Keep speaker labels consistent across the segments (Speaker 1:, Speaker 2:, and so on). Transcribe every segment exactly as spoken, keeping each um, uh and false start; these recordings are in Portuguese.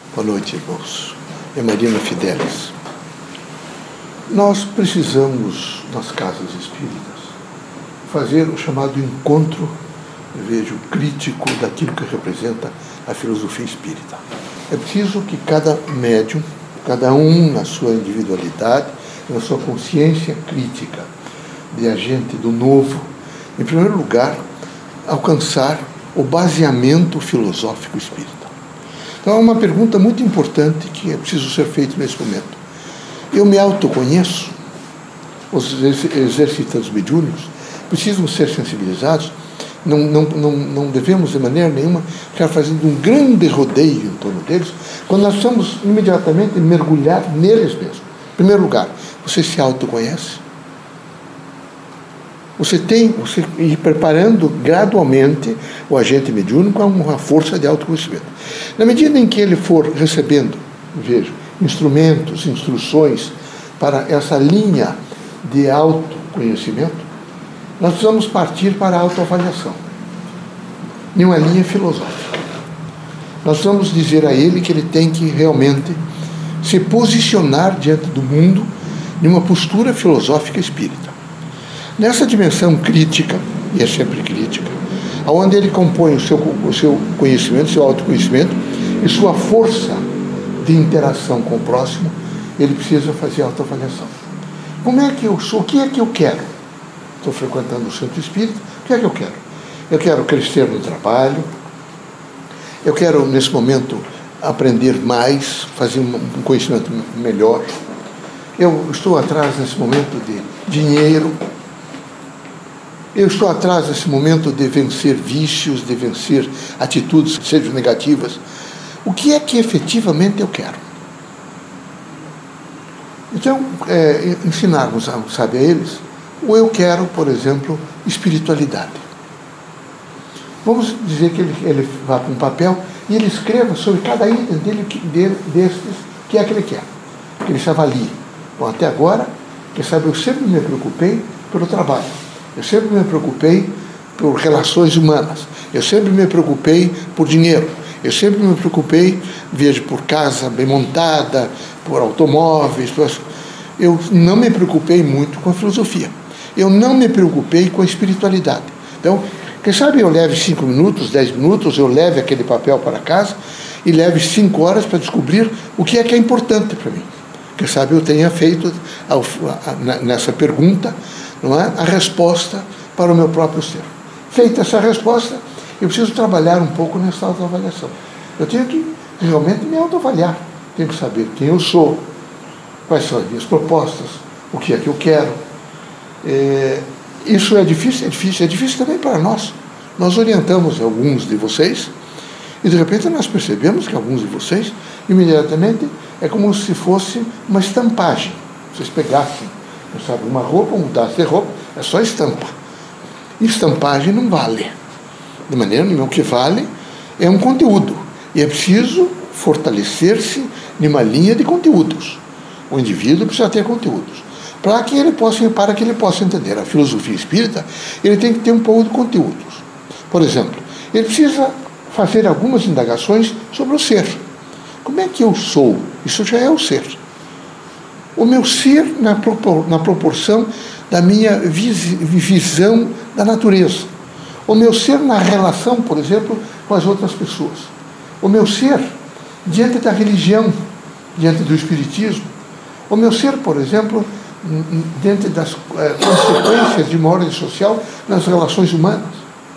Speaker 1: Boa noite, irmãos. É Marina Fidelis. Nós precisamos, nas casas espíritas, fazer o chamado encontro, eu vejo, crítico daquilo que representa a filosofia espírita. É preciso que cada médium, cada um na sua individualidade, na sua consciência crítica de agente do novo, em primeiro lugar, alcançar o baseamento filosófico espírita. Então, é uma pergunta muito importante que é preciso ser feita nesse momento. Eu me autoconheço? Os exercitantes mediúnicos precisam ser sensibilizados. Não, não, não, não devemos, de maneira nenhuma, ficar fazendo um grande rodeio em torno deles, quando nós precisamos imediatamente mergulhar neles mesmos. Em primeiro lugar, você se autoconhece? Você tem, você ir preparando gradualmente o agente mediúnico a uma força de autoconhecimento. Na medida em que ele for recebendo, veja, instrumentos, instruções para essa linha de autoconhecimento, nós precisamos partir para a autoavaliação, em uma linha filosófica. Nós precisamos dizer a ele que ele tem que realmente se posicionar diante do mundo em uma postura filosófica espírita. Nessa dimensão crítica, e é sempre crítica, onde ele compõe o seu, o seu conhecimento, seu autoconhecimento e sua força de interação com o próximo, ele precisa fazer autoavaliação. Como é que eu sou? O que é que eu quero? Estou frequentando o centro espírita, o que é que eu quero? Eu quero crescer no trabalho, eu quero, nesse momento, aprender mais, fazer um conhecimento melhor. Eu estou atrás, nesse momento, de dinheiro. Eu estou atrás, nesse momento, de vencer vícios, de vencer atitudes que sejam negativas. O que é que efetivamente eu quero? Então, é, ensinarmos, a, sabe, a eles, ou eu quero, por exemplo, espiritualidade. Vamos dizer que ele, ele vá para um papel e ele escreva sobre cada item dele, dele, destes, que é que ele quer. Que ele se avalie. Bom, até agora, quem sabe, eu sempre me preocupei pelo trabalho. Eu sempre me preocupei por relações humanas. Eu sempre me preocupei por dinheiro. Eu sempre me preocupei, veja, por casa bem montada, por automóveis. Por... Eu não me preocupei muito com a filosofia. Eu não me preocupei com a espiritualidade. Então, quem sabe eu leve cinco minutos, dez minutos, eu leve aquele papel para casa e leve cinco horas para descobrir o que é que é importante para mim. Quem sabe eu tenha feito ao, a, nessa pergunta, não é, a resposta para o meu próprio ser. Feita essa resposta, eu preciso trabalhar um pouco nessa autoavaliação. Eu tenho que realmente me autoavaliar. Tenho que saber quem eu sou, quais são as minhas propostas, o que é que eu quero. É, isso é difícil, é difícil, é difícil também para nós. Nós orientamos alguns de vocês e de repente nós percebemos que alguns de vocês, imediatamente, é como se fosse uma estampagem. Vocês pegassem, sabe, uma roupa, mudassem de roupa, é só estampa. Estampagem não vale. De maneira nenhuma, o que vale é um conteúdo. E é preciso fortalecer-se numa linha de conteúdos. O indivíduo precisa ter conteúdos. Para que ele possa, para que ele possa entender a filosofia espírita, ele tem que ter um pouco de conteúdos. Por exemplo, ele precisa fazer algumas indagações sobre o ser. Como é que eu sou? Isso já é o ser. O meu ser na, propor, na proporção da minha vis, visão da natureza. O meu ser na relação, por exemplo, com as outras pessoas. O meu ser diante da religião, diante do espiritismo. O meu ser, por exemplo, diante das eh, consequências de uma ordem social nas relações humanas.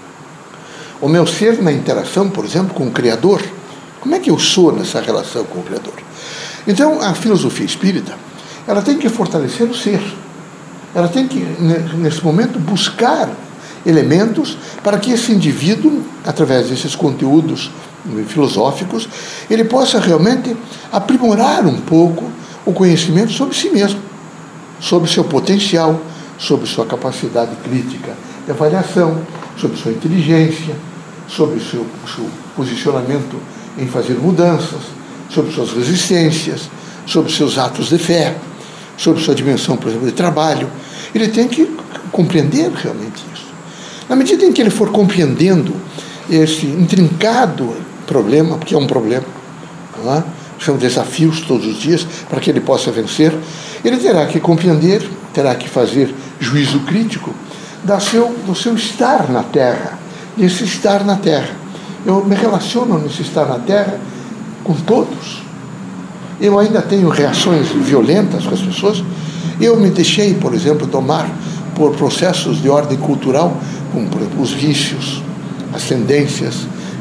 Speaker 1: O meu ser na interação, por exemplo, com o Criador. Como é que eu sou nessa relação com o Criador? Então, a filosofia espírita, ela tem que fortalecer o ser. Ela tem que, nesse momento, buscar elementos para que esse indivíduo, através desses conteúdos filosóficos, ele possa realmente aprimorar um pouco o conhecimento sobre si mesmo, sobre seu potencial, sobre sua capacidade crítica de avaliação, sobre sua inteligência, sobre o seu, seu posicionamento em fazer mudanças, sobre suas resistências, sobre seus atos de fé, sobre sua dimensão, por exemplo, de trabalho. Ele tem que compreender realmente isso. Na medida em que ele for compreendendo esse intrincado problema, porque é um problema, não é? são desafios todos os dias para que ele possa vencer, ele terá que compreender, terá que fazer juízo crítico do seu, do seu estar na Terra, desse estar na Terra. Eu me relaciono nesse estar na Terra com todos. Eu ainda tenho reações violentas com as pessoas. Eu me deixei, por exemplo, tomar por processos de ordem cultural, como, por exemplo, os vícios, as tendências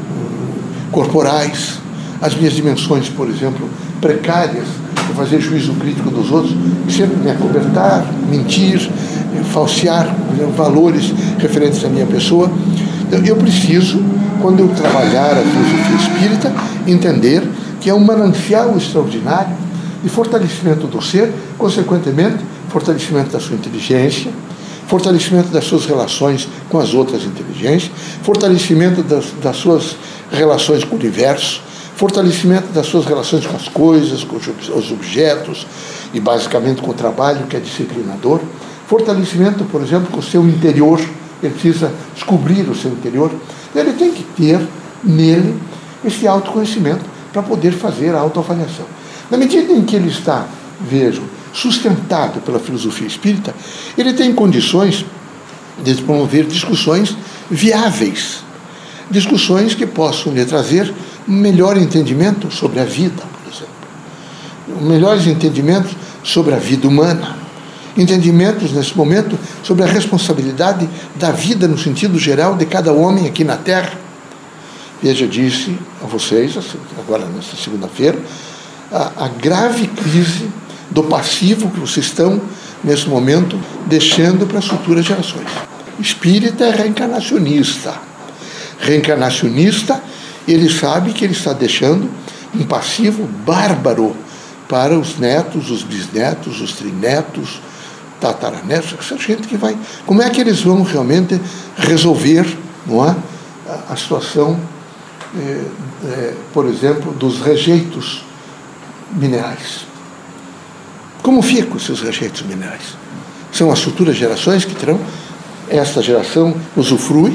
Speaker 1: corporais, as minhas dimensões, por exemplo, precárias, de fazer juízo crítico dos outros, sempre me acobertar, mentir, falsear valores referentes à minha pessoa. Então, eu preciso, quando eu trabalhar a filosofia espírita, entender que é um manancial extraordinário de fortalecimento do ser, consequentemente, fortalecimento da sua inteligência, fortalecimento das suas relações com as outras inteligências, fortalecimento das, das suas relações com o universo, fortalecimento das suas relações com as coisas, com os objetos, e basicamente com o trabalho, que é disciplinador, fortalecimento, por exemplo, com o seu interior. Ele precisa descobrir o seu interior. Ele tem que ter nele esse autoconhecimento para poder fazer a autoavaliação. Na medida em que ele está, vejo, sustentado pela filosofia espírita, ele tem condições de promover discussões viáveis, discussões que possam lhe trazer um melhor entendimento sobre a vida, por exemplo, melhores entendimentos sobre a vida humana, entendimentos, nesse momento, sobre a responsabilidade da vida no sentido geral de cada homem aqui na Terra. Veja, disse a vocês, agora nesta segunda-feira, a, a grave crise do passivo que vocês estão, nesse momento, deixando para as futuras gerações. O espírita é reencarnacionista. Reencarnacionista, ele sabe que ele está deixando um passivo bárbaro para os netos, os bisnetos, os trinetos, tataranetos, essa gente que vai... Como é que eles vão realmente resolver, não é, a, a situação, é, é, por exemplo, dos rejeitos minerais? Como ficam esses rejeitos minerais? São as futuras gerações que terão, esta geração usufrui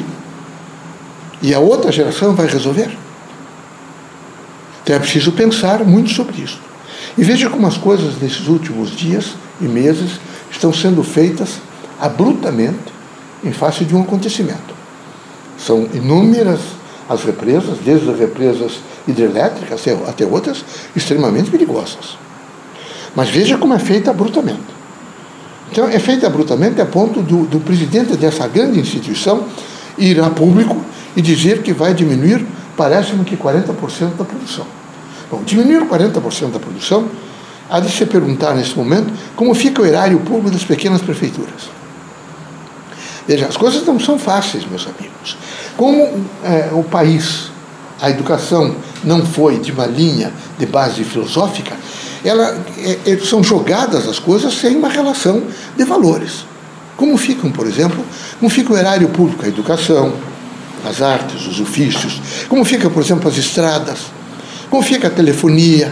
Speaker 1: e a outra geração vai resolver. Então é preciso pensar muito sobre isso. E veja como as coisas nesses últimos dias e meses estão sendo feitas abruptamente em face de um acontecimento. São inúmeras as represas, desde as represas hidrelétricas até outras, extremamente perigosas. Mas veja como é feita abruptamente. Então, é feita abruptamente a ponto do, do presidente dessa grande instituição ir a público e dizer que vai diminuir, parece-me que quarenta por cento da produção. Bom, diminuir quarenta por cento da produção, há de se perguntar nesse momento como fica o erário público das pequenas prefeituras. Veja, as coisas não são fáceis, meus amigos. Como é, o país, a educação não foi de uma linha de base filosófica, ela, é, são jogadas as coisas sem uma relação de valores. Como ficam, por exemplo, como fica o erário público, a educação, as artes, os ofícios, como fica, por exemplo, as estradas, como fica a telefonia,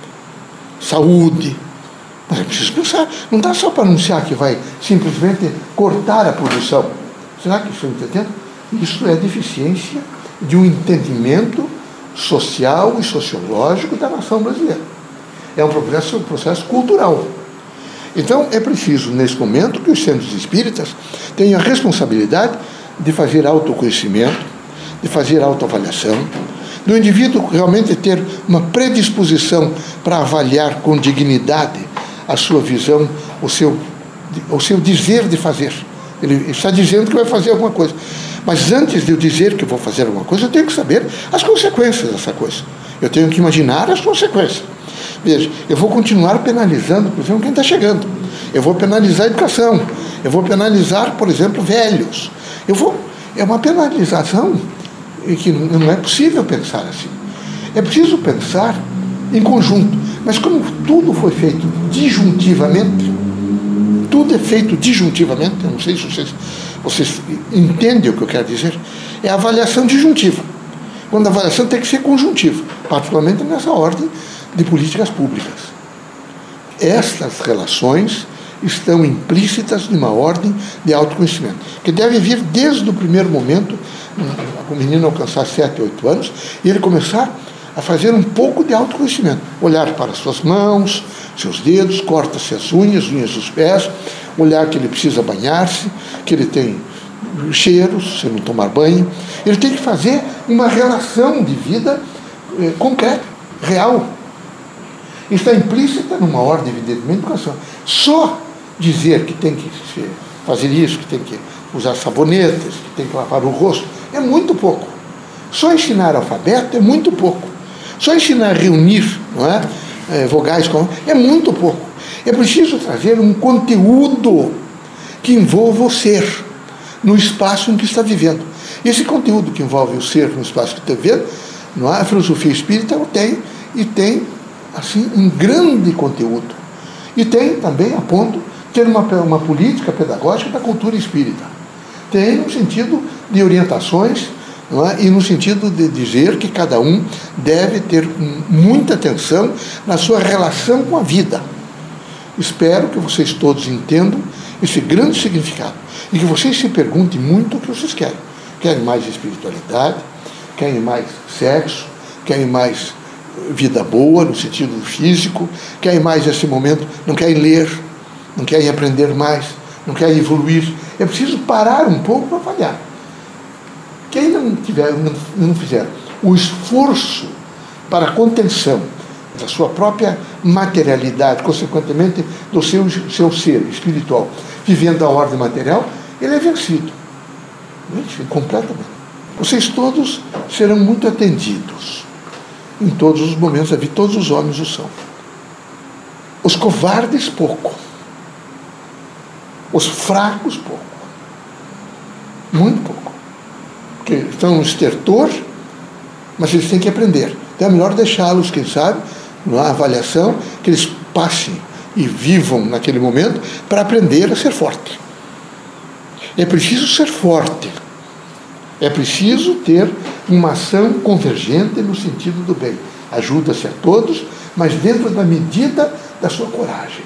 Speaker 1: saúde. Mas é preciso pensar, não dá só para anunciar que vai simplesmente cortar a produção. Será que estão entendendo? Isso é deficiência de um entendimento social e sociológico da nação brasileira. É um processo, um processo cultural. Então, é preciso, nesse momento, que os centros espíritas tenham a responsabilidade de fazer autoconhecimento, de fazer autoavaliação, do indivíduo realmente ter uma predisposição para avaliar com dignidade a sua visão, o seu, o seu dizer de fazer. Ele está dizendo que vai fazer alguma coisa. Mas antes de eu dizer que vou fazer alguma coisa, eu tenho que saber as consequências dessa coisa. Eu tenho que imaginar as consequências. Veja, eu vou continuar penalizando, por exemplo, quem está chegando. Eu vou penalizar a educação. Eu vou penalizar, por exemplo, velhos. Eu vou... É uma penalização que não é possível pensar assim. É preciso pensar em conjunto. Mas como tudo foi feito disjuntivamente, tudo é feito disjuntivamente, eu não sei se vocês, vocês entendem o que eu quero dizer, é a avaliação disjuntiva. Quando a avaliação tem que ser conjuntiva, particularmente nessa ordem de políticas públicas. Estas relações estão implícitas numa ordem de autoconhecimento, que deve vir desde o primeiro momento, o menino alcançar sete, oito anos, e ele começar a fazer um pouco de autoconhecimento. Olhar para as suas mãos, seus dedos, corta-se as unhas, unhas dos pés, olhar que ele precisa banhar-se, que ele tem cheiros, se não tomar banho. Ele tem que fazer uma relação de vida eh, concreta, real. Está implícita numa ordem, evidentemente, de educação. Só dizer que tem que fazer isso, que tem que usar sabonetes, que tem que lavar o rosto, é muito pouco. Só ensinar alfabeto é muito pouco. Só ensinar a reunir, não é? É, vogais, é muito pouco. É preciso trazer um conteúdo que envolva o ser no espaço em que está vivendo. Esse conteúdo que envolve o ser no espaço que está vivendo, não é? A filosofia espírita tem, e tem assim, um grande conteúdo. E tem também, a ponto, ter uma, uma política pedagógica da cultura espírita. Tem no sentido de orientações, não é? E no sentido de dizer que cada um deve ter muita atenção na sua relação com a vida. Espero que vocês todos entendam esse grande significado e que vocês se perguntem muito o que vocês querem. Querem mais espiritualidade? Querem mais sexo? Querem mais vida boa, no sentido físico? Querem mais esse momento? Não querem ler? Não querem aprender mais? Não querem evoluir? É preciso parar um pouco para avaliar. Quem não, tiver, não, não fizer o esforço para a contenção da sua própria materialidade, consequentemente do seu, seu ser espiritual, vivendo a ordem material, ele é vencido. Completamente. Vocês todos serão muito atendidos em todos os momentos da vida, todos os homens o são. Os covardes, pouco. Os fracos, pouco. Muito pouco. Porque estão no estertor, mas eles têm que aprender. Então é melhor deixá-los, quem sabe, na avaliação, que eles passem e vivam naquele momento para aprender a ser forte. É preciso ser forte. É preciso ter uma ação convergente no sentido do bem. Ajuda-se a todos, mas dentro da medida da sua coragem.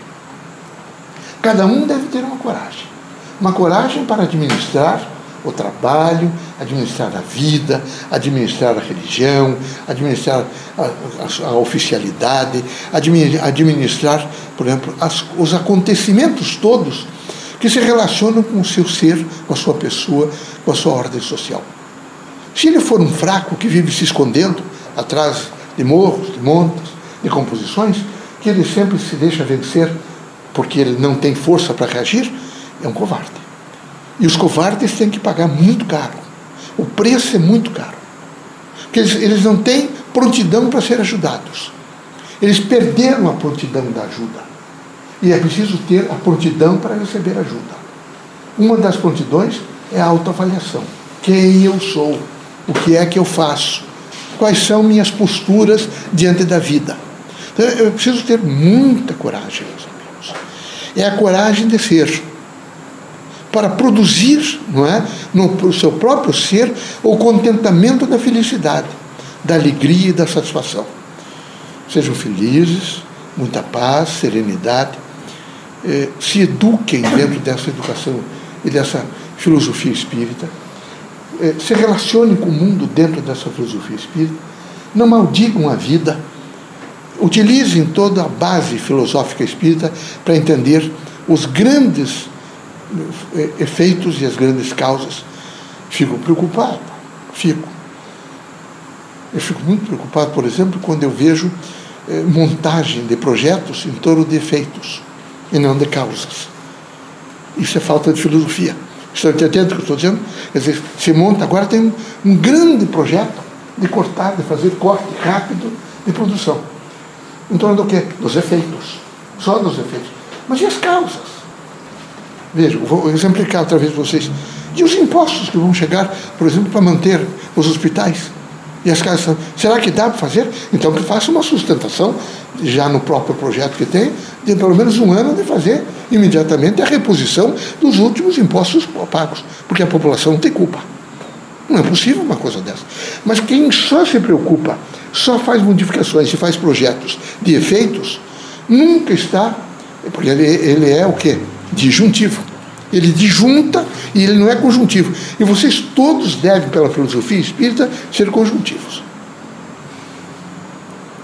Speaker 1: Cada um deve ter uma coragem. Uma coragem para administrar o trabalho, administrar a vida, administrar a religião, administrar a, a, a oficialidade, administrar, por exemplo, as, os acontecimentos todos que se relacionam com o seu ser, com a sua pessoa, com a sua ordem social. Se ele for um fraco que vive se escondendo atrás de morros, de montes, de composições, que ele sempre se deixa vencer porque ele não tem força para reagir, é um covarde. E os covardes têm que pagar muito caro. O preço é muito caro. Porque eles, eles não têm prontidão para ser ajudados. Eles perderam a prontidão da ajuda. E é preciso ter a prontidão para receber ajuda. Uma das prontidões é a autoavaliação. Quem eu sou? O que é que eu faço? Quais são minhas posturas diante da vida? Então, eu preciso ter muita coragem, meus amigos. É a coragem de ser, para produzir, não é, no seu próprio ser, o contentamento da felicidade, da alegria e da satisfação. Sejam felizes, muita paz, serenidade, eh, se eduquem dentro dessa educação e dessa filosofia espírita, eh, se relacionem com o mundo dentro dessa filosofia espírita, não maldigam a vida, utilizem toda a base filosófica espírita para entender os grandes efeitos e as grandes causas. Fico preocupado, fico. Eu fico muito preocupado, por exemplo, quando eu vejo eh, montagem de projetos em torno de efeitos e não de causas. Isso é falta de filosofia. Estão entendendo o que eu estou dizendo? Quer dizer, se monta, agora tem um, um grande projeto de cortar, de fazer corte rápido de produção. Em torno do quê? Dos efeitos. Só dos efeitos. Mas e as causas? Vejam, vou exemplificar outra vez para vocês. E os impostos que vão chegar, por exemplo, para manter os hospitais? E as casas, será que dá para fazer? Então que faça uma sustentação, já no próprio projeto que tem, de pelo menos um ano de fazer imediatamente a reposição dos últimos impostos pagos, porque a população não tem culpa. Não é possível uma coisa dessa. Mas quem só se preocupa, só faz modificações e faz projetos de efeitos, nunca está, porque ele, ele é o quê? Disjuntivo. Ele disjunta e ele não é conjuntivo. E vocês todos devem, pela filosofia espírita, ser conjuntivos.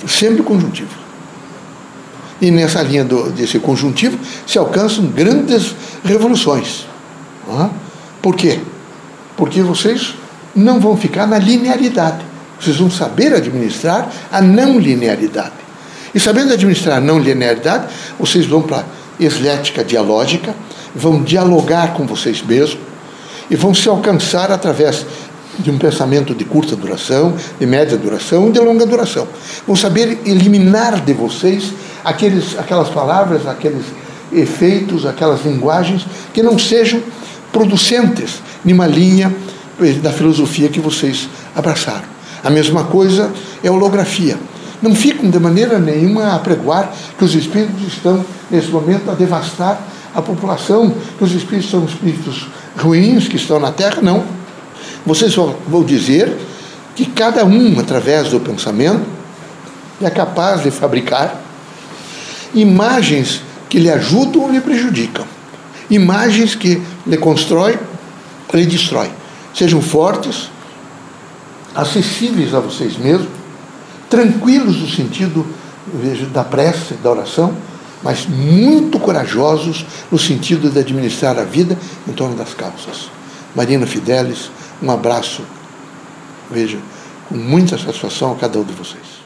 Speaker 1: Sempre conjuntivo. E nessa linha do, desse conjuntivo se alcançam grandes revoluções. Não é? Por quê? Porque vocês não vão ficar na linearidade. Vocês vão saber administrar a não linearidade. E sabendo administrar a não linearidade, vocês vão para a eslética dialógica, vão dialogar com vocês mesmos e vão se alcançar através de um pensamento de curta duração, de média duração e de longa duração. Vão saber eliminar de vocês aqueles, aquelas palavras, aqueles efeitos, aquelas linguagens que não sejam producentes de uma linha da filosofia que vocês abraçaram. A mesma coisa é a holografia. Não ficam de maneira nenhuma a pregoar que os espíritos estão, nesse momento, a devastar a população, que os espíritos são espíritos ruins que estão na Terra, não. Vocês vão dizer que cada um, através do pensamento, é capaz de fabricar imagens que lhe ajudam ou lhe prejudicam. Imagens que lhe constroem ou lhe destroem. Sejam fortes, acessíveis a vocês mesmos, tranquilos no sentido, veja, da prece, da oração, mas muito corajosos no sentido de administrar a vida em torno das causas. Marina Fidelis, um abraço, veja, com muita satisfação a cada um de vocês.